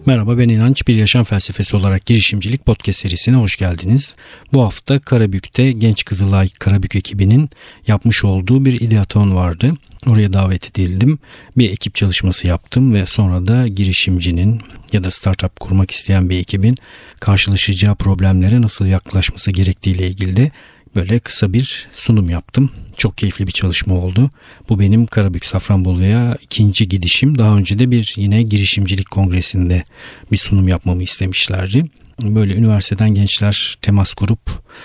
Merhaba, ben İnanç. Bir Yaşam Felsefesi olarak girişimcilik podcast serisine hoş geldiniz. Bu hafta Karabük'te Genç Kızılay Karabük ekibinin yapmış olduğu bir ideaton vardı. Oraya davet edildim. Bir ekip çalışması yaptım ve sonra da girişimcinin ya da startup kurmak isteyen bir ekibin karşılaşacağı problemlere nasıl yaklaşması gerektiğiyle ilgili de böyle kısa bir sunum yaptım. Çok keyifli bir çalışma oldu. Bu benim Karabük Safranbolu'ya ikinci gidişim. Daha önce de bir yine girişimcilik kongresinde bir sunum yapmamı istemişlerdi. Böyle üniversiteden gençler temas kurup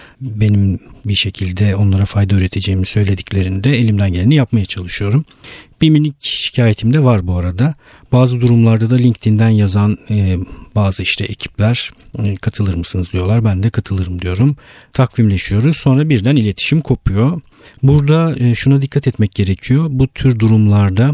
benim bir şekilde onlara fayda üreteceğimi söylediklerinde elimden geleni yapmaya çalışıyorum. Bir minik şikayetim de var bu arada. Bazı durumlarda da LinkedIn'den yazan bazı ekipler katılır mısınız diyorlar. Ben de katılırım diyorum. Takvimleşiyoruz. Sonra birden iletişim kopuyor. Burada şuna dikkat etmek gerekiyor. Bu tür durumlarda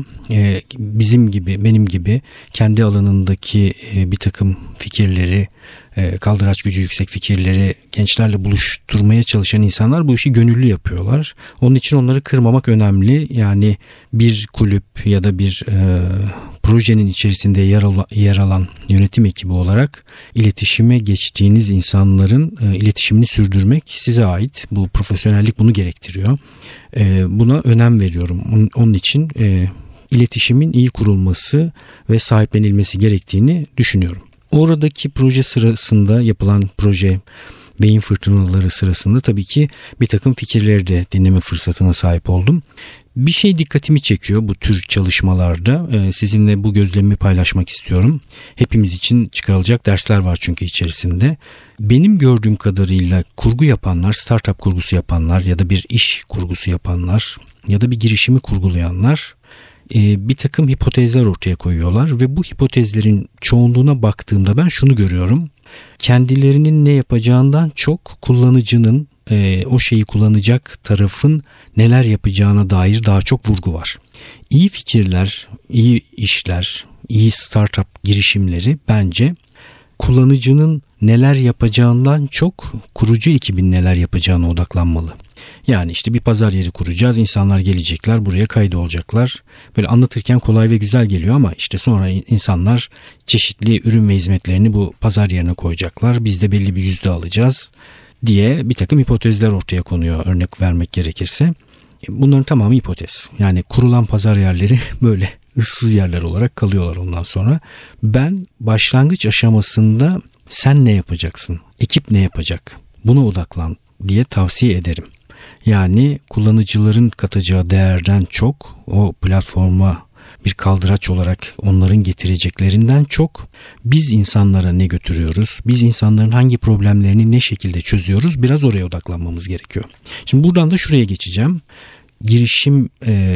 bizim gibi, benim gibi kendi alanındaki bir takım fikirleri, kaldıraç gücü yüksek fikirleri gençlerle buluşturmaya çalışan insanlar bu işi gönüllü yapıyorlar. Onun için onları kırmamak önemli. Yani bir kulüp ya da bir projenin içerisinde yer alan yönetim ekibi olarak iletişime geçtiğiniz insanların iletişimini sürdürmek size ait. Bu profesyonellik bunu gerektiriyor. Buna önem veriyorum. Onun için iletişimin iyi kurulması ve sahiplenilmesi gerektiğini düşünüyorum. Oradaki proje sırasında yapılan proje beyin fırtınaları sırasında tabii ki bir takım fikirleri de dinleme fırsatına sahip oldum. Bir şey dikkatimi çekiyor bu tür çalışmalarda. Sizinle bu gözlemimi paylaşmak istiyorum. Hepimiz için çıkarılacak dersler var çünkü içerisinde. Benim gördüğüm kadarıyla kurgu yapanlar, startup kurgusu yapanlar ya da bir iş kurgusu yapanlar ya da bir girişimi kurgulayanlar bir takım hipotezler ortaya koyuyorlar ve bu hipotezlerin çoğunluğuna baktığımda ben şunu görüyorum. Kendilerinin ne yapacağından çok kullanıcının, o şeyi kullanacak tarafın neler yapacağına dair daha çok vurgu var. İyi fikirler, iyi işler, iyi startup girişimleri bence kullanıcının neler yapacağından çok kurucu ekibin neler yapacağına odaklanmalı. Yani bir pazar yeri kuracağız, insanlar gelecekler, buraya kaydolacaklar. Böyle anlatırken kolay ve güzel geliyor ama sonra insanlar çeşitli ürün ve hizmetlerini bu pazar yerine koyacaklar. Biz de belli bir yüzde alacağız diye bir takım hipotezler ortaya konuyor, örnek vermek gerekirse. Bunların tamamı hipotez. Yani kurulan pazar yerleri böyle ıssız yerler olarak kalıyorlar ondan sonra. Ben başlangıç aşamasında sen ne yapacaksın, ekip ne yapacak, buna odaklan diye tavsiye ederim. Yani kullanıcıların katacağı değerden çok o platforma bir kaldıraç olarak onların getireceklerinden çok biz insanlara ne götürüyoruz, biz insanların hangi problemlerini ne şekilde çözüyoruz, biraz oraya odaklanmamız gerekiyor. Şimdi buradan da şuraya geçeceğim. Girişim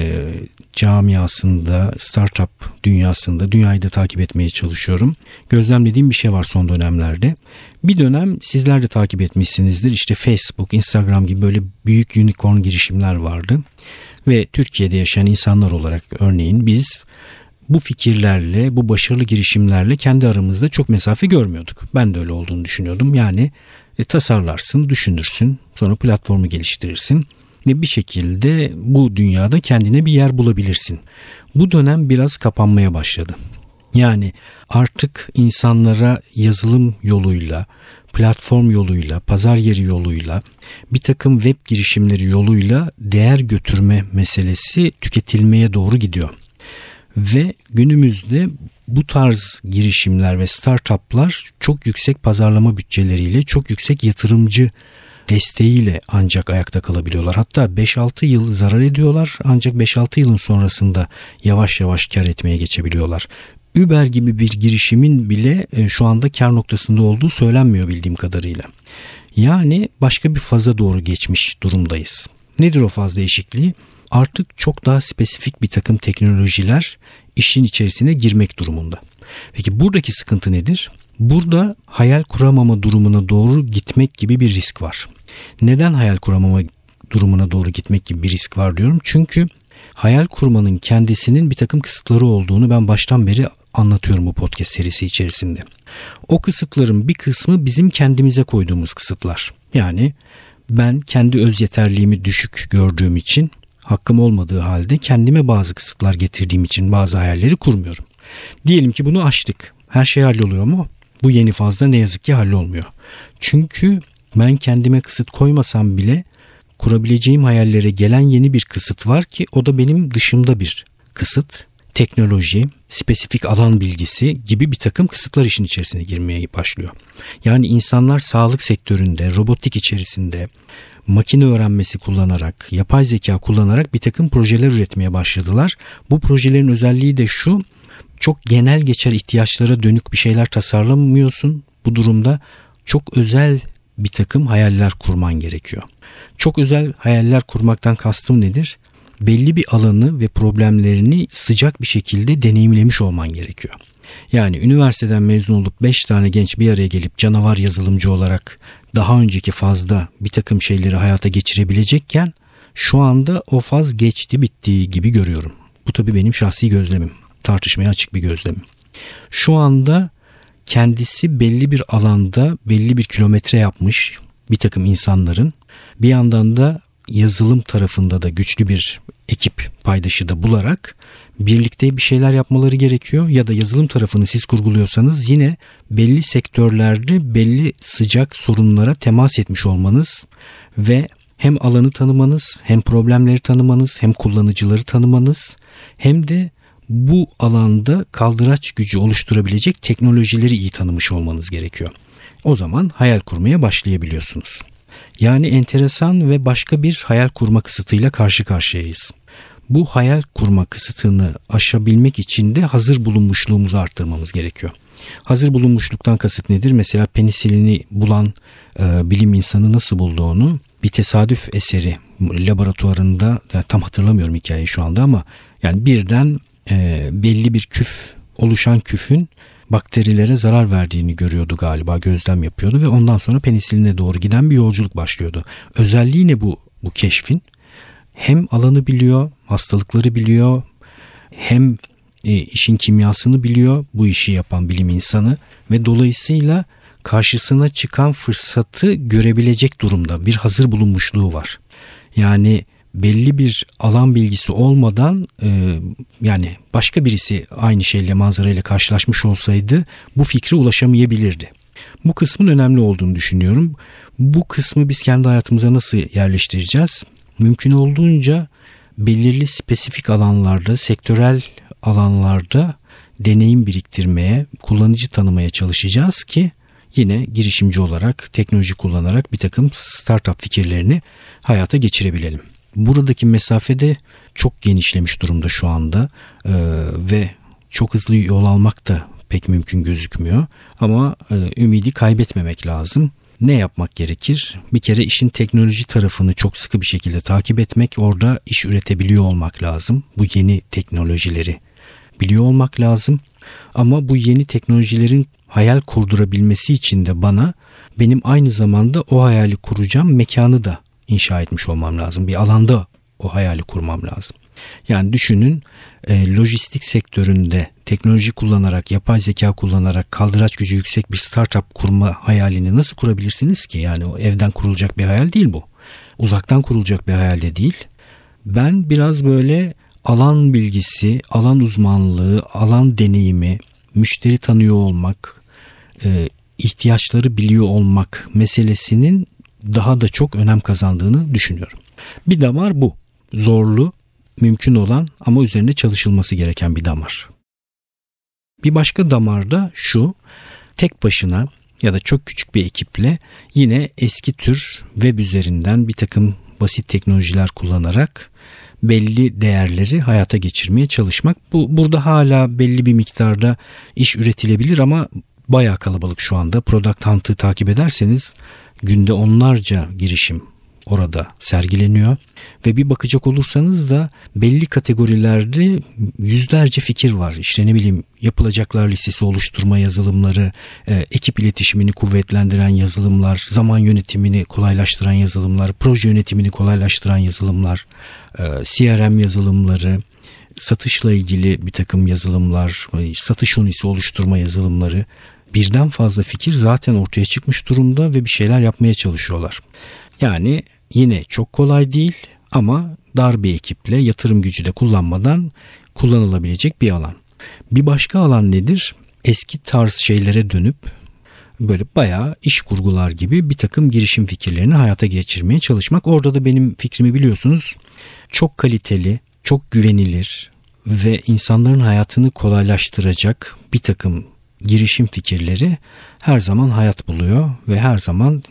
camiasında, startup dünyasında dünyayı da takip etmeye çalışıyorum. Gözlemlediğim bir şey var son dönemlerde. Bir dönem sizler de takip etmişsinizdir. Facebook, Instagram gibi böyle büyük unicorn girişimler vardı. Ve Türkiye'de yaşayan insanlar olarak örneğin biz bu fikirlerle, bu başarılı girişimlerle kendi aramızda çok mesafe görmüyorduk. Ben de öyle olduğunu düşünüyordum. Yani tasarlarsın, düşünürsün, sonra platformu geliştirirsin ve bir şekilde bu dünyada kendine bir yer bulabilirsin. Bu dönem biraz kapanmaya başladı. Yani artık insanlara yazılım yoluyla, platform yoluyla, pazar yeri yoluyla, bir takım web girişimleri yoluyla değer götürme meselesi tüketilmeye doğru gidiyor. Ve günümüzde bu tarz girişimler ve startuplar çok yüksek pazarlama bütçeleriyle, çok yüksek yatırımcı desteğiyle ancak ayakta kalabiliyorlar. Hatta 5-6 yıl zarar ediyorlar ancak 5-6 yılın sonrasında yavaş yavaş kar etmeye geçebiliyorlar. Uber gibi bir girişimin bile şu anda kar noktasında olduğu söylenmiyor bildiğim kadarıyla. Yani başka bir faza doğru geçmiş durumdayız. Nedir o faz değişikliği? Artık çok daha spesifik bir takım teknolojiler işin içerisine girmek durumunda. Peki buradaki sıkıntı nedir? Burada hayal kuramama durumuna doğru gitmek gibi bir risk var. Neden hayal kuramama durumuna doğru gitmek gibi bir risk var diyorum? Çünkü hayal kurmanın kendisinin bir takım kısıtları olduğunu ben baştan beri anlatıyorum bu podcast serisi içerisinde. O kısıtların bir kısmı bizim kendimize koyduğumuz kısıtlar. Yani ben kendi öz yeterliğimi düşük gördüğüm için, hakkım olmadığı halde kendime bazı kısıtlar getirdiğim için bazı hayalleri kurmuyorum. Diyelim ki bunu aştık. Her şey halloluyor mu? Bu yeni fazda ne yazık ki hallolmuyor. Çünkü ben kendime kısıt koymasam bile kurabileceğim hayallere gelen yeni bir kısıt var ki o da benim dışımda bir kısıt. Teknoloji, spesifik alan bilgisi gibi bir takım kısıtlar işin içerisine girmeye başlıyor. Yani insanlar sağlık sektöründe, robotik içerisinde, makine öğrenmesi kullanarak, yapay zeka kullanarak bir takım projeler üretmeye başladılar. Bu projelerin özelliği de şu, çok genel geçer ihtiyaçlara dönük bir şeyler tasarlamıyorsun. Bu durumda çok özel bir takım hayaller kurman gerekiyor. Çok özel hayaller kurmaktan kastım nedir? Belli bir alanı ve problemlerini sıcak bir şekilde deneyimlemiş olman gerekiyor. Yani üniversiteden mezun olup 5 tane genç bir araya gelip canavar yazılımcı olarak daha önceki fazda bir takım şeyleri hayata geçirebilecekken şu anda o faz geçti bitti gibi görüyorum. Bu tabii benim şahsi gözlemim. Tartışmaya açık bir gözlemim. Şu anda kendisi belli bir alanda belli bir kilometre yapmış bir takım insanların bir yandan da yazılım tarafında da güçlü bir ekip paydaşı da bularak birlikte bir şeyler yapmaları gerekiyor. Ya da yazılım tarafını siz kurguluyorsanız yine belli sektörlerde belli sıcak sorunlara temas etmiş olmanız ve hem alanı tanımanız, hem problemleri tanımanız, hem kullanıcıları tanımanız, hem de bu alanda kaldıraç gücü oluşturabilecek teknolojileri iyi tanımış olmanız gerekiyor. O zaman hayal kurmaya başlayabiliyorsunuz. Yani enteresan ve başka bir hayal kurma kısıtıyla karşı karşıyayız. Bu hayal kurma kısıtını aşabilmek için de hazır bulunmuşluğumuzu arttırmamız gerekiyor. Hazır bulunmuşluktan kasıt nedir? Mesela penisilini bulan bilim insanı nasıl buldu onu? Bir tesadüf eseri laboratuvarında, tam hatırlamıyorum hikayeyi şu anda ama yani birden belli bir küf, oluşan küfün bakterilere zarar verdiğini görüyordu galiba, gözlem yapıyordu ve ondan sonra penisiline doğru giden bir yolculuk başlıyordu. Özelliği ne bu keşfin? Hem alanı biliyor, hastalıkları biliyor, hem işin kimyasını biliyor bu işi yapan bilim insanı ve dolayısıyla karşısına çıkan fırsatı görebilecek durumda bir hazır bulunmuşluğu var. Yani belli bir alan bilgisi olmadan yani başka birisi aynı şeyle, manzarayla karşılaşmış olsaydı bu fikre ulaşamayabilirdi. Bu kısmın önemli olduğunu düşünüyorum. Bu kısmı biz kendi hayatımıza nasıl yerleştireceğiz? Mümkün olduğunca belirli spesifik alanlarda, sektörel alanlarda deneyim biriktirmeye, kullanıcı tanımaya çalışacağız ki yine girişimci olarak, teknoloji kullanarak bir takım startup fikirlerini hayata geçirebilelim. Buradaki mesafe de çok genişlemiş durumda şu anda ve çok hızlı yol almak da pek mümkün gözükmüyor. Ama ümidi kaybetmemek lazım. Ne yapmak gerekir? Bir kere işin teknoloji tarafını çok sıkı bir şekilde takip etmek, orada iş üretebiliyor olmak lazım. Bu yeni teknolojileri biliyor olmak lazım. Ama bu yeni teknolojilerin hayal kurdurabilmesi için de benim aynı zamanda o hayali kuracağım mekanı da inşa etmiş olmam lazım. Bir alanda o hayali kurmam lazım. Yani düşünün, lojistik sektöründe teknoloji kullanarak, yapay zeka kullanarak kaldıraç gücü yüksek bir startup kurma hayalini nasıl kurabilirsiniz ki? Yani o evden kurulacak bir hayal değil bu. Uzaktan kurulacak bir hayal de değil. Ben biraz böyle alan bilgisi, alan uzmanlığı, alan deneyimi, müşteri tanıyor olmak, ihtiyaçları biliyor olmak meselesinin daha da çok önem kazandığını düşünüyorum. Bir damar bu. Zorlu, mümkün olan ama üzerinde çalışılması gereken bir damar. Bir başka damar da şu: tek başına ya da çok küçük bir ekiple yine eski tür web üzerinden bir takım basit teknolojiler kullanarak belli değerleri hayata geçirmeye çalışmak. Burada hala belli bir miktarda iş üretilebilir ama bayağı kalabalık şu anda. Product Hunt'ı takip ederseniz günde onlarca girişim orada sergileniyor ve bir bakacak olursanız da belli kategorilerde yüzlerce fikir var. İşte ne bileyim, yapılacaklar listesi oluşturma yazılımları, ekip iletişimini kuvvetlendiren yazılımlar, zaman yönetimini kolaylaştıran yazılımlar, proje yönetimini kolaylaştıran yazılımlar, CRM yazılımları, satışla ilgili bir takım yazılımlar, satış unisi oluşturma yazılımları. Birden fazla fikir zaten ortaya çıkmış durumda ve bir şeyler yapmaya çalışıyorlar. Yani yine çok kolay değil ama dar bir ekiple, yatırım gücü de kullanmadan kullanılabilecek bir alan. Bir başka alan nedir? eski tarz şeylere dönüp böyle bayağı iş kurgular gibi bir takım girişim fikirlerini hayata geçirmeye çalışmak. Orada da benim fikrimi biliyorsunuz. Çok kaliteli, çok güvenilir ve insanların hayatını kolaylaştıracak bir takım girişim fikirleri her zaman hayat buluyor ve her zaman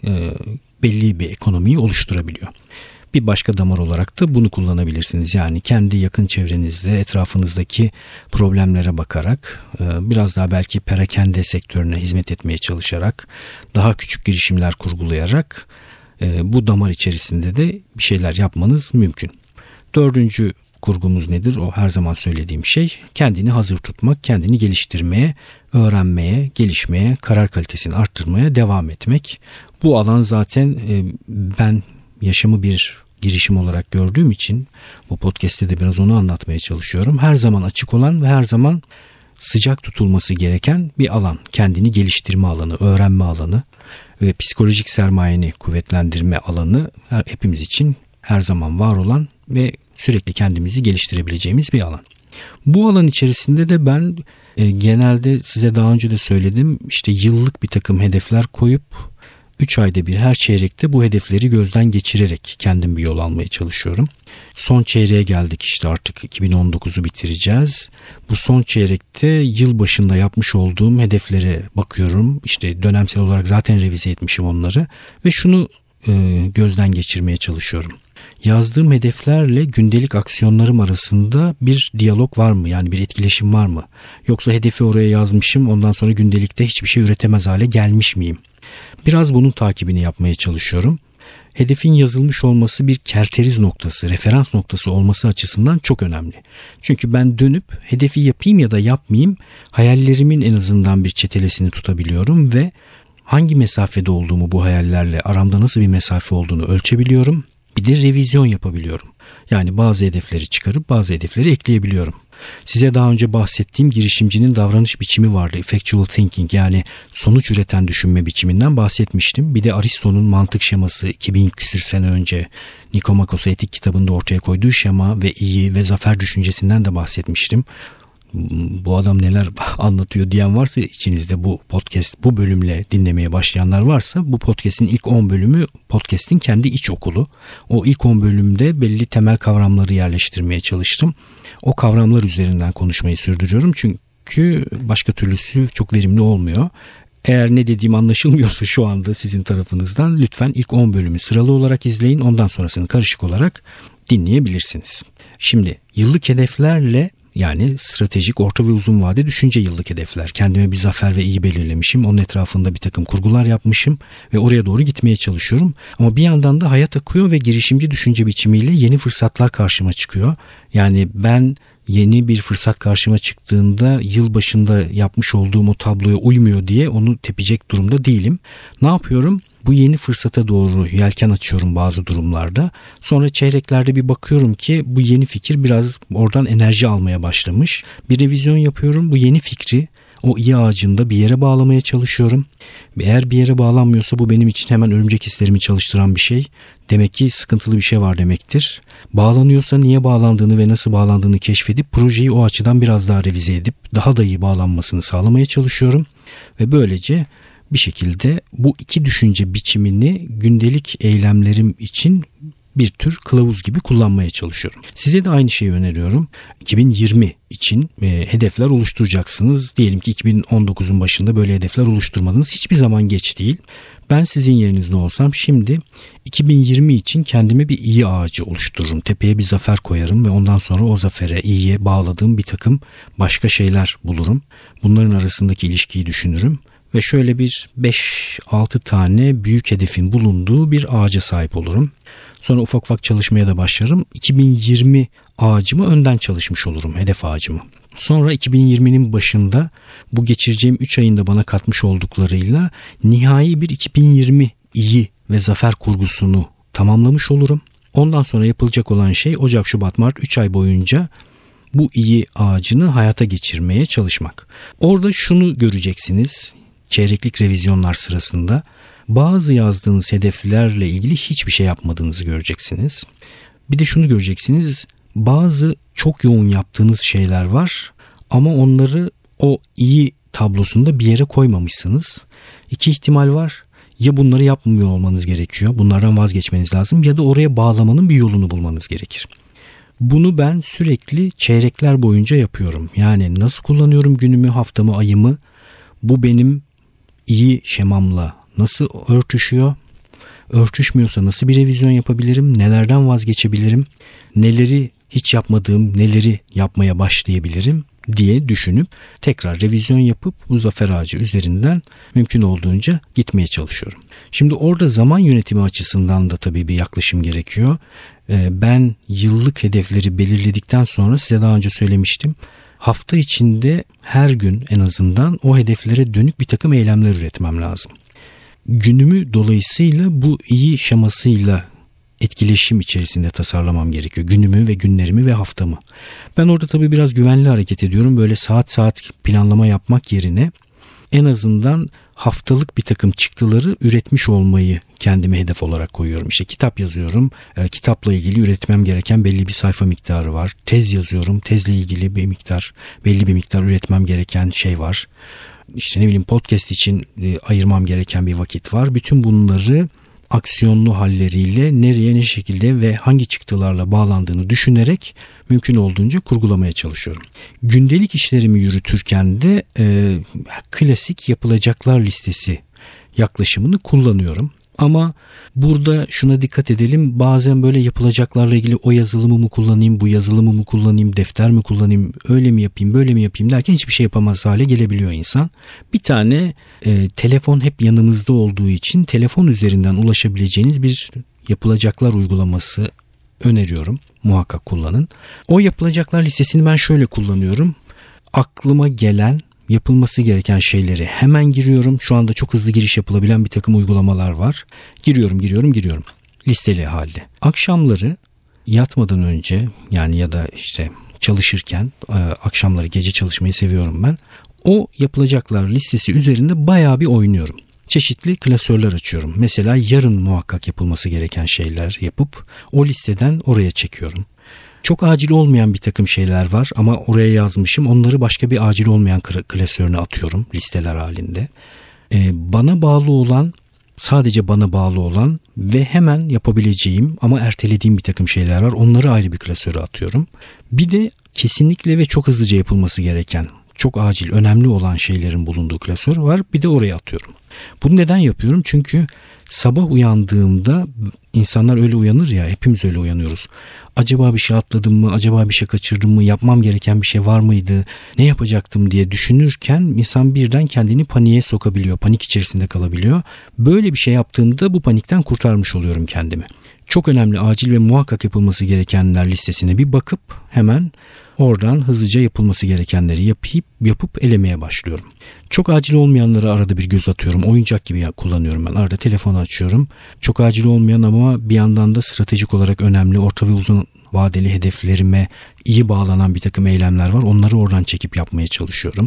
belli bir ekonomiyi oluşturabiliyor. Bir başka damar olarak da bunu kullanabilirsiniz. Yani kendi yakın çevrenizde, etrafınızdaki problemlere bakarak, biraz daha belki perakende sektörüne hizmet etmeye çalışarak, daha küçük girişimler kurgulayarak bu damar içerisinde de bir şeyler yapmanız mümkün. Dördüncü kurgumuz nedir? O her zaman söylediğim şey, kendini hazır tutmak, kendini geliştirmeye, öğrenmeye, gelişmeye, karar kalitesini arttırmaya devam etmek. Bu alan zaten ben yaşamı bir girişim olarak gördüğüm için bu podcast'te de biraz onu anlatmaya çalışıyorum. Her zaman açık olan ve her zaman sıcak tutulması gereken bir alan. Kendini geliştirme alanı, öğrenme alanı ve psikolojik sermayeni kuvvetlendirme alanı hepimiz için her zaman var olan ve sürekli kendimizi geliştirebileceğimiz bir alan. Bu alan içerisinde de ben genelde size daha önce de söyledim, işte yıllık bir takım hedefler koyup 3 ayda bir, her çeyrekte bu hedefleri gözden geçirerek kendim bir yol almaya çalışıyorum. Son çeyreğe geldik, işte artık 2019'u bitireceğiz. Bu son çeyrekte yıl başında yapmış olduğum hedeflere bakıyorum. İşte dönemsel olarak zaten revize etmişim onları ve şunu gözden geçirmeye çalışıyorum. Yazdığım hedeflerle gündelik aksiyonlarım arasında bir diyalog var mı? Yani bir etkileşim var mı? Yoksa hedefi oraya yazmışım, ondan sonra gündelikte hiçbir şey üretemez hale gelmiş miyim? Biraz bunun takibini yapmaya çalışıyorum. Hedefin yazılmış olması bir kerteriz noktası, referans noktası olması açısından çok önemli. Çünkü ben dönüp hedefi yapayım ya da yapmayayım, hayallerimin en azından bir çetelesini tutabiliyorum ve hangi mesafede olduğumu bu hayallerle, aramda nasıl bir mesafe olduğunu ölçebiliyorum. Bir de revizyon yapabiliyorum. Yani bazı hedefleri çıkarıp bazı hedefleri ekleyebiliyorum. Size daha önce bahsettiğim girişimcinin davranış biçimi vardı. Effectual thinking, yani sonuç üreten düşünme biçiminden bahsetmiştim. Bir de Aristo'nun mantık şeması, 2000 küsür sene önce Nikomakos'a Etik kitabında ortaya koyduğu şema ve iyi ve zafer düşüncesinden de bahsetmiştim. Bu adam neler anlatıyor diyen varsa içinizde, bu podcast, bu bölümle dinlemeye başlayanlar varsa, bu podcast'in ilk 10 bölümü podcast'in kendi iç okulu. O ilk 10 bölümde belli temel kavramları yerleştirmeye çalıştım. O kavramlar üzerinden konuşmayı sürdürüyorum çünkü başka türlüsü çok verimli olmuyor. Eğer ne dediğim anlaşılmıyorsa şu anda sizin tarafınızdan, lütfen ilk 10 bölümü sıralı olarak izleyin. Ondan sonrasını karışık olarak dinleyebilirsiniz. Şimdi yıllık hedeflerle, yani stratejik, orta ve uzun vade düşünce yıllık hedefler. Kendime bir zafer ve iyi belirlemişim. Onun etrafında bir takım kurgular yapmışım ve oraya doğru gitmeye çalışıyorum. Ama bir yandan da hayat akıyor ve girişimci düşünce biçimiyle yeni fırsatlar karşıma çıkıyor. Yani ben yeni bir fırsat karşıma çıktığında yıl başında yapmış olduğum o tabloya uymuyor diye onu tepecek durumda değilim. Ne yapıyorum? Bu yeni fırsata doğru yelken açıyorum bazı durumlarda. Sonra çeyreklerde bir bakıyorum ki bu yeni fikir biraz oradan enerji almaya başlamış. Bir revizyon yapıyorum. Bu yeni fikri o iyi ağacında bir yere bağlamaya çalışıyorum. Eğer bir yere bağlanmıyorsa bu benim için hemen örümcek hislerimi çalıştıran bir şey. Demek ki sıkıntılı bir şey var demektir. Bağlanıyorsa niye bağlandığını ve nasıl bağlandığını keşfedip projeyi o açıdan biraz daha revize edip daha da iyi bağlanmasını sağlamaya çalışıyorum. Ve böylece bir şekilde bu iki düşünce biçimini gündelik eylemlerim için bir tür kılavuz gibi kullanmaya çalışıyorum. Size de aynı şeyi öneriyorum. 2020 için hedefler oluşturacaksınız. Diyelim ki 2019'un başında böyle hedefler oluşturmadınız. Hiçbir zaman geç değil. Ben sizin yerinizde olsam şimdi 2020 için kendime bir iyi ağacı oluştururum. Tepeye bir zafer koyarım ve ondan sonra o zafere, iyiye bağladığım bir takım başka şeyler bulurum. Bunların arasındaki ilişkiyi düşünürüm. Ve şöyle bir 5-6 tane büyük hedefin bulunduğu bir ağaca sahip olurum. Sonra ufak ufak çalışmaya da başlarım. 2020 ağacımı önden çalışmış olurum, hedef ağacımı. Sonra 2020'nin başında bu geçireceğim 3 ayında bana katmış olduklarıyla nihai bir 2020 iyi ve zafer kurgusunu tamamlamış olurum. Ondan sonra yapılacak olan şey Ocak, Şubat, Mart 3 ay boyunca bu iyi ağacını hayata geçirmeye çalışmak. Orada şunu göreceksiniz. Çeyreklik revizyonlar sırasında bazı yazdığınız hedeflerle ilgili hiçbir şey yapmadığınızı göreceksiniz. Bir de şunu göreceksiniz. Bazı çok yoğun yaptığınız şeyler var ama onları o iyi tablosunda bir yere koymamışsınız. 2 ihtimal var. Ya bunları yapmıyor olmanız gerekiyor. Bunlardan vazgeçmeniz lazım. Ya da oraya bağlamanın bir yolunu bulmanız gerekir. Bunu ben sürekli çeyrekler boyunca yapıyorum. Yani nasıl kullanıyorum günümü, haftamı, ayımı? Bu benim iyi şemamla nasıl örtüşüyor? Örtüşmüyorsa nasıl bir revizyon yapabilirim? Nelerden vazgeçebilirim? Neleri hiç yapmadığım, neleri yapmaya başlayabilirim diye düşünüp tekrar revizyon yapıp bu zafer ağacı üzerinden mümkün olduğunca gitmeye çalışıyorum. Şimdi orada zaman yönetimi açısından da tabii bir yaklaşım gerekiyor. Ben yıllık hedefleri belirledikten sonra size daha önce söylemiştim. Hafta içinde her gün en azından o hedeflere dönük bir takım eylemler üretmem lazım. Günümü dolayısıyla bu iyi şemasıyla etkileşim içerisinde tasarlamam gerekiyor. Günümü ve günlerimi ve haftamı. Ben orada tabii biraz güvenli hareket ediyorum. Böyle saat planlama yapmak yerine en azından haftalık bir takım çıktıları üretmiş olmayı kendime hedef olarak koyuyorum. İşte kitap yazıyorum. Kitapla ilgili üretmem gereken belli bir sayfa miktarı var. Tez yazıyorum. Tezle ilgili belli bir miktar üretmem gereken şey var. İşte ne bileyim podcast için ayırmam gereken bir vakit var. Bütün bunları aksiyonlu halleriyle nereye ne şekilde ve hangi çıktılarla bağlandığını düşünerek mümkün olduğunca kurgulamaya çalışıyorum. Gündelik işlerimi yürütürken de klasik yapılacaklar listesi yaklaşımını kullanıyorum. Ama burada şuna dikkat edelim. Bazen böyle yapılacaklarla ilgili o yazılımı mı kullanayım, bu yazılımı mı kullanayım, defter mi kullanayım, öyle mi yapayım, böyle mi yapayım derken hiçbir şey yapamaz hale gelebiliyor insan. Bir tane telefon hep yanımızda olduğu için telefon üzerinden ulaşabileceğiniz bir yapılacaklar uygulaması öneriyorum. Muhakkak kullanın. O yapılacaklar listesini ben şöyle kullanıyorum. Aklıma gelen yapılması gereken şeyleri hemen giriyorum. Şu anda çok hızlı giriş yapılabilen bir takım uygulamalar var. Giriyorum. Listeli halde. Akşamları yatmadan önce yani ya da işte çalışırken akşamları gece çalışmayı seviyorum ben. O yapılacaklar listesi üzerinde bayağı bir oynuyorum. Çeşitli klasörler açıyorum. Mesela yarın muhakkak yapılması gereken şeyler yapıp o listeden oraya çekiyorum. Çok acil olmayan bir takım şeyler var ama oraya yazmışım. Onları başka bir acil olmayan klasörüne atıyorum listeler halinde. Bana bağlı olan, sadece bana bağlı olan ve hemen yapabileceğim ama ertelediğim bir takım şeyler var. Onları ayrı bir klasöre atıyorum. Bir de kesinlikle ve çok hızlıca yapılması gereken, çok acil, önemli olan şeylerin bulunduğu klasör var. Bir de oraya atıyorum. Bunu neden yapıyorum? Çünkü sabah uyandığımda insanlar öyle uyanır ya, hepimiz öyle uyanıyoruz. Acaba bir şey atladım mı? Acaba bir şey kaçırdım mı? Yapmam gereken bir şey var mıydı? Ne yapacaktım diye düşünürken insan birden kendini paniğe sokabiliyor. Panik içerisinde kalabiliyor. Böyle bir şey yaptığımda bu panikten kurtarmış oluyorum kendimi. Çok önemli, acil ve muhakkak yapılması gerekenler listesine bir bakıp hemen oradan hızlıca yapılması gerekenleri yapıp elemeye başlıyorum. Çok acil olmayanlara arada bir göz atıyorum. Oyuncak gibi kullanıyorum ben. Arada telefonu açıyorum. Çok acil olmayan ama bir yandan da stratejik olarak önemli, orta ve uzun vadeli hedeflerime iyi bağlanan bir takım eylemler var. Onları oradan çekip yapmaya çalışıyorum.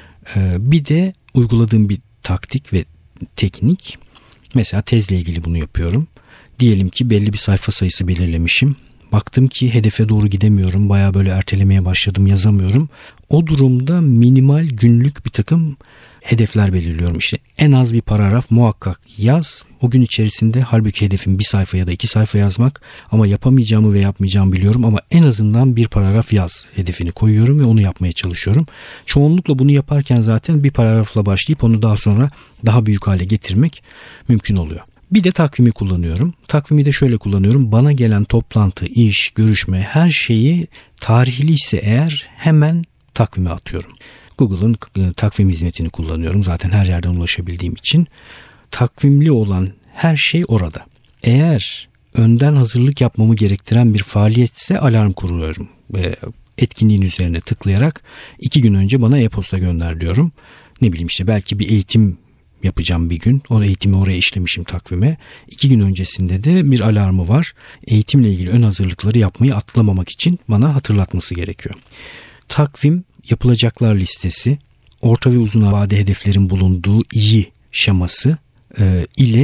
Bir de uyguladığım bir taktik ve teknik. Mesela tezle ilgili bunu yapıyorum. Diyelim ki belli bir sayfa sayısı belirlemişim. Baktım ki hedefe doğru gidemiyorum. Bayağı böyle ertelemeye başladım, yazamıyorum. O durumda minimal günlük bir takım hedefler belirliyorum. İşte en az bir paragraf muhakkak yaz. O gün içerisinde halbuki hedefim 1 sayfa ya da 2 sayfa yazmak. Ama yapamayacağımı ve yapmayacağımı biliyorum. Ama en azından bir paragraf yaz hedefini koyuyorum ve onu yapmaya çalışıyorum. Çoğunlukla bunu yaparken zaten bir paragrafla başlayıp onu daha sonra daha büyük hale getirmek mümkün oluyor. Bir de takvimi kullanıyorum. Takvimi de şöyle kullanıyorum. Bana gelen toplantı, iş, görüşme, her şeyi tarihli ise eğer hemen takvime atıyorum. Google'ın takvim hizmetini kullanıyorum. Zaten her yerden ulaşabildiğim için. Takvimli olan her şey orada. Eğer önden hazırlık yapmamı gerektiren bir faaliyetse alarm kuruyorum. Etkinliğin üzerine tıklayarak 2 gün önce bana e-posta gönder diyorum. Ne bileyim işte belki bir eğitim yapacağım bir gün. O eğitimi oraya işlemişim takvime. 2 gün öncesinde de bir alarmı var. Eğitimle ilgili ön hazırlıkları yapmayı atlamamak için bana hatırlatması gerekiyor. Takvim, yapılacaklar listesi, orta ve uzun vade hedeflerin bulunduğu iyi şeması ile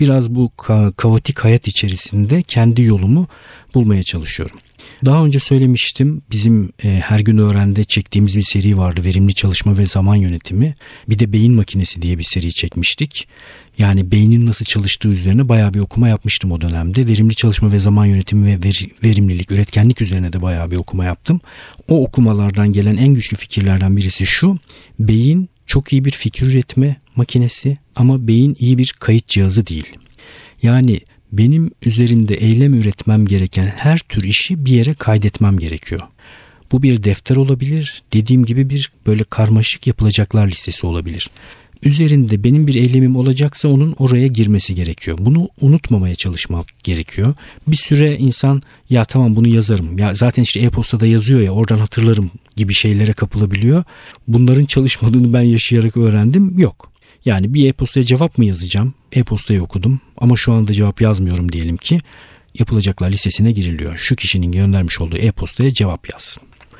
biraz bu kaotik hayat içerisinde kendi yolumu bulmaya çalışıyorum. Daha önce söylemiştim, bizim Her Gün Öğren'de çektiğimiz bir seri vardı. Verimli çalışma ve zaman yönetimi. Bir de beyin makinesi diye bir seri çekmiştik. Yani beynin nasıl çalıştığı üzerine bayağı bir okuma yapmıştım o dönemde. Verimli çalışma ve zaman yönetimi ve verimlilik, üretkenlik üzerine de bayağı bir okuma yaptım. O okumalardan gelen en güçlü fikirlerden birisi şu: beyin çok iyi bir fikir üretme makinesi ama beyin iyi bir kayıt cihazı değil. Yani benim üzerinde eylem üretmem gereken her tür işi bir yere kaydetmem gerekiyor. Bu bir defter olabilir, dediğim gibi bir böyle karmaşık yapılacaklar listesi olabilir. Üzerinde benim bir eylemim olacaksa onun oraya girmesi gerekiyor. Bunu unutmamaya çalışmak gerekiyor. Bir süre insan ya tamam bunu yazarım, ya zaten işte e-postada yazıyor ya oradan hatırlarım gibi şeylere kapılabiliyor. Bunların çalışmadığını ben yaşayarak öğrendim. Yok. Yani bir e-postaya cevap mı yazacağım? E-postayı okudum ama şu anda cevap yazmıyorum diyelim ki. Yapılacaklar listesine giriliyor. Şu kişinin göndermiş olduğu e-postaya cevap yaz.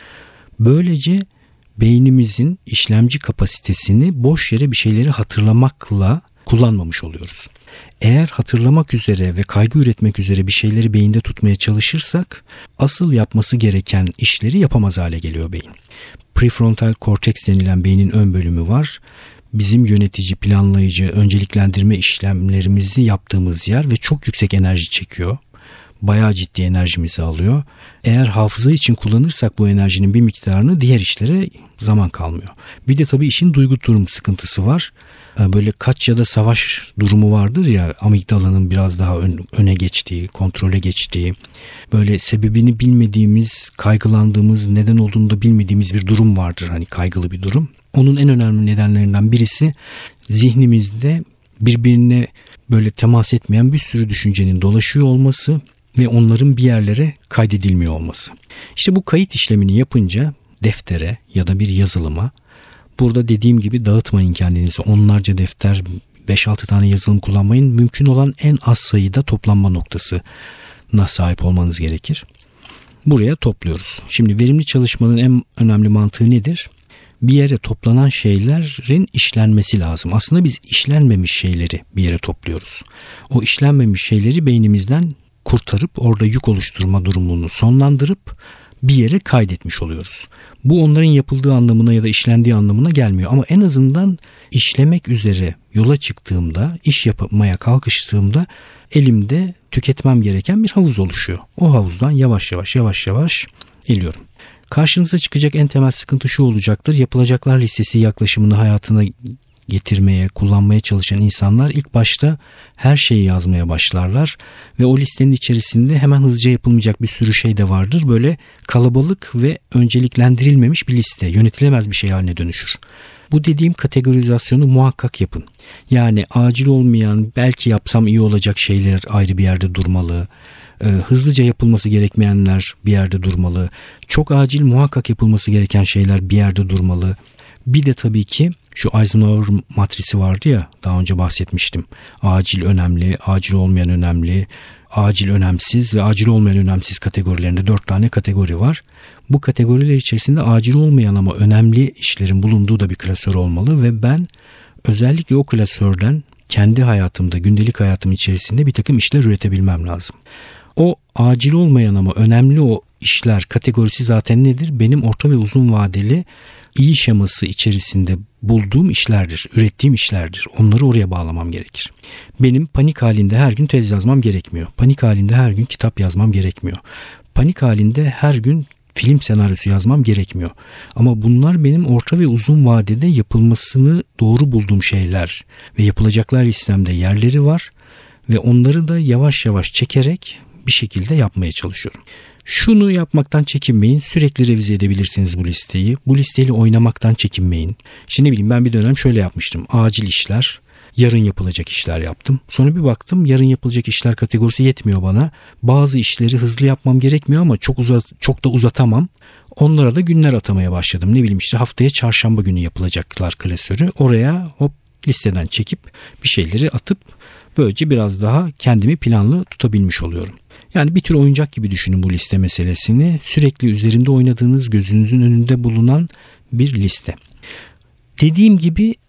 Böylece beynimizin işlemci kapasitesini boş yere bir şeyleri hatırlamakla kullanmamış oluyoruz. Eğer hatırlamak üzere ve kaygı üretmek üzere bir şeyleri beyinde tutmaya çalışırsak asıl yapması gereken işleri yapamaz hale geliyor beyin. Prefrontal korteks denilen beynin ön bölümü var. Bizim yönetici, planlayıcı, önceliklendirme işlemlerimizi yaptığımız yer ve çok yüksek enerji çekiyor. Bayağı ciddi enerjimizi alıyor. Eğer hafıza için kullanırsak bu enerjinin bir miktarını diğer işlere zaman kalmıyor. Bir de tabii işin duygu durum sıkıntısı var. Böyle kaç ya da savaş durumu vardır ya, amigdalanın biraz daha öne geçtiği, kontrole geçtiği, böyle sebebini bilmediğimiz, kaygılandığımız, neden olduğunu da bilmediğimiz bir durum vardır, hani kaygılı bir durum. Onun en önemli nedenlerinden birisi zihnimizde birbirine böyle temas etmeyen bir sürü düşüncenin dolaşıyor olması ve onların bir yerlere kaydedilmiyor olması. İşte bu kayıt işlemini yapınca deftere ya da bir yazılıma, burada dediğim gibi dağıtmayın kendinizi, onlarca defter, 5-6 tane yazılım kullanmayın, mümkün olan en az sayıda toplanma noktasına sahip olmanız gerekir. Buraya topluyoruz. Şimdi verimli çalışmanın en önemli mantığı nedir? Bir yere toplanan şeylerin işlenmesi lazım. Aslında biz işlenmemiş şeyleri bir yere topluyoruz. O işlenmemiş şeyleri beynimizden kurtarıp orada yük oluşturma durumunu sonlandırıp bir yere kaydetmiş oluyoruz. Bu onların yapıldığı anlamına ya da işlendiği anlamına gelmiyor. Ama en azından işlemek üzere yola çıktığımda, iş yapmaya kalkıştığımda elimde tüketmem gereken bir havuz oluşuyor. O havuzdan yavaş yavaş eliyorum. Karşınıza çıkacak en temel sıkıntı şu olacaktır: yapılacaklar listesi yaklaşımını hayatına getirmeye, kullanmaya çalışan insanlar ilk başta her şeyi yazmaya başlarlar ve o listenin içerisinde hemen hızlıca yapılmayacak bir sürü şey de vardır. Böyle kalabalık ve önceliklendirilmemiş bir liste, yönetilemez bir şey haline dönüşür. Bu dediğim kategorizasyonu muhakkak yapın. Yani acil olmayan, belki yapsam iyi olacak şeyler ayrı bir yerde durmalı. Hızlıca yapılması gerekmeyenler bir yerde durmalı. Çok acil, muhakkak yapılması gereken şeyler bir yerde durmalı. Bir de tabii ki şu Eisenhower matrisi vardı ya, daha önce bahsetmiştim. Acil önemli, acil olmayan önemli, acil önemsiz ve acil olmayan önemsiz kategorilerinde 4 tane kategori var. Bu kategoriler içerisinde acil olmayan ama önemli işlerin bulunduğu da bir klasör olmalı ve ben özellikle o klasörden kendi hayatımda, gündelik hayatım içerisinde bir takım işler üretebilmem lazım. O acil olmayan ama önemli o işler kategorisi zaten nedir? Benim orta ve uzun vadeli iyi şeması içerisinde bulduğum işlerdir, ürettiğim işlerdir. Onları oraya bağlamam gerekir. Benim panik halinde her gün tez yazmam gerekmiyor. Panik halinde her gün kitap yazmam gerekmiyor. Panik halinde her gün film senaryosu yazmam gerekmiyor. Ama bunlar benim orta ve uzun vadede yapılmasını doğru bulduğum şeyler ve yapılacaklar listemde yerleri var ve onları da yavaş yavaş çekerek bir şekilde yapmaya çalışıyorum. Şunu yapmaktan çekinmeyin. Sürekli revize edebilirsiniz bu listeyi. Bu listeyle oynamaktan çekinmeyin. İşte ne bileyim, ben bir dönem şöyle yapmıştım. Acil işler, yarın yapılacak işler yaptım. Sonra bir baktım yarın yapılacak işler kategorisi yetmiyor bana. Bazı işleri hızlı yapmam gerekmiyor ama çok da uzatamam. Onlara da günler atamaya başladım. Ne bileyim işte haftaya çarşamba günü yapılacaklar klasörü. Oraya hop listeden çekip bir şeyleri atıp böylece biraz daha kendimi planlı tutabilmiş oluyorum. Yani bir tür oyuncak gibi düşünün bu liste meselesini. Sürekli üzerinde oynadığınız, gözünüzün önünde bulunan bir liste. Dediğim gibi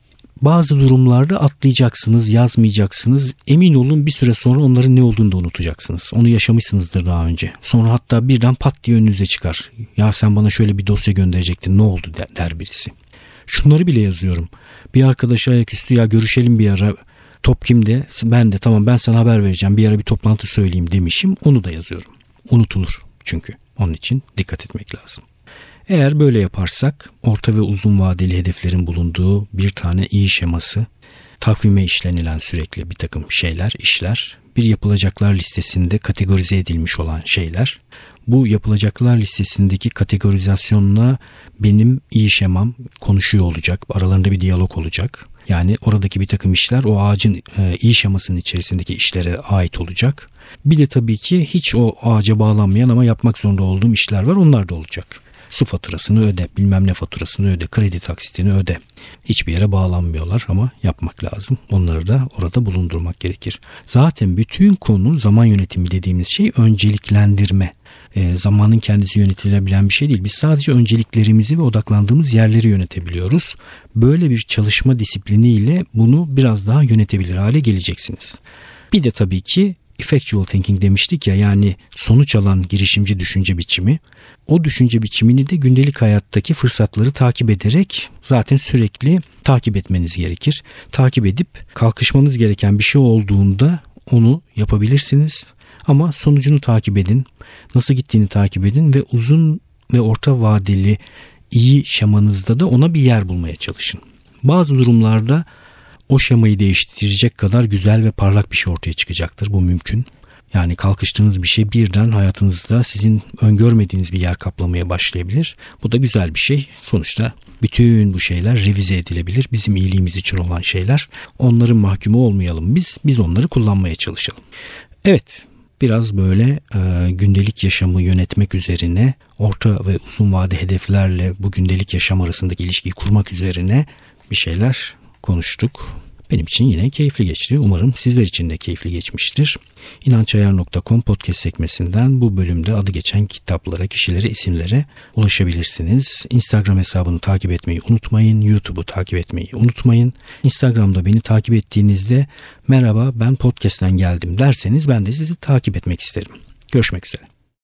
Bazı durumlarda atlayacaksınız, yazmayacaksınız. Emin olun bir süre sonra onların ne olduğunu da unutacaksınız. Onu yaşamışsınızdır daha önce. Sonra hatta birden pat diye önünüze çıkar. Ya sen bana şöyle bir dosya gönderecektin, ne oldu der birisi. Şunları bile yazıyorum. Bir arkadaşa ayaküstü ya görüşelim bir ara. Top kimde? Ben de tamam ben sana haber vereceğim. Bir ara bir toplantı söyleyeyim demişim. Onu da yazıyorum. Unutulur çünkü. Onun için dikkat etmek lazım. Eğer böyle yaparsak orta ve uzun vadeli hedeflerin bulunduğu bir tane iyi şeması, takvime işlenilen sürekli bir takım şeyler, işler, bir yapılacaklar listesinde kategorize edilmiş olan şeyler. Bu yapılacaklar listesindeki kategorizasyonla benim iyi şemam konuşuyor olacak. Aralarında bir diyalog olacak. Yani oradaki bir takım işler o ağacın iyi şemasının içerisindeki işlere ait olacak. Bir de tabii ki hiç o ağaca bağlanmayan ama yapmak zorunda olduğum işler var. Onlar da olacak. Su faturasını öde, bilmem ne faturasını öde, kredi taksitini öde. Hiçbir yere bağlanmıyorlar ama yapmak lazım. Onları da orada bulundurmak gerekir. Zaten bütün konu zaman yönetimi dediğimiz şey önceliklendirme. Zamanın kendisi yönetilebilen bir şey değil. Biz sadece önceliklerimizi ve odaklandığımız yerleri yönetebiliyoruz. Böyle bir çalışma disipliniyle bunu biraz daha yönetebilir hale geleceksiniz. Bir de tabii ki effectual thinking demiştik ya, yani sonuç alan girişimci düşünce biçimi. O düşünce biçimini de gündelik hayattaki fırsatları takip ederek zaten sürekli takip etmeniz gerekir. Takip edip kalkışmanız gereken bir şey olduğunda onu yapabilirsiniz. Ama sonucunu takip edin, nasıl gittiğini takip edin ve uzun ve orta vadeli iyi şemanızda da ona bir yer bulmaya çalışın. Bazı durumlarda o şemayı değiştirecek kadar güzel ve parlak bir şey ortaya çıkacaktır. Bu mümkün. Yani kalkıştığınız bir şey birden hayatınızda sizin öngörmediğiniz bir yer kaplamaya başlayabilir. Bu da güzel bir şey. Sonuçta bütün bu şeyler revize edilebilir. Bizim iyiliğimiz için olan şeyler. Onların mahkumu olmayalım biz. Biz onları kullanmaya çalışalım. Evet, biraz böyle gündelik yaşamı yönetmek üzerine, orta ve uzun vade hedeflerle bu gündelik yaşam arasındaki ilişkiyi kurmak üzerine bir şeyler konuştuk. Benim için yine keyifli geçti. Umarım sizler için de keyifli geçmiştir. İnançayar.com podcast sekmesinden bu bölümde adı geçen kitaplara, kişilere, isimlere ulaşabilirsiniz. Instagram hesabını takip etmeyi unutmayın. YouTube'u takip etmeyi unutmayın. Instagram'da beni takip ettiğinizde merhaba ben podcast'ten geldim derseniz ben de sizi takip etmek isterim. Görüşmek üzere.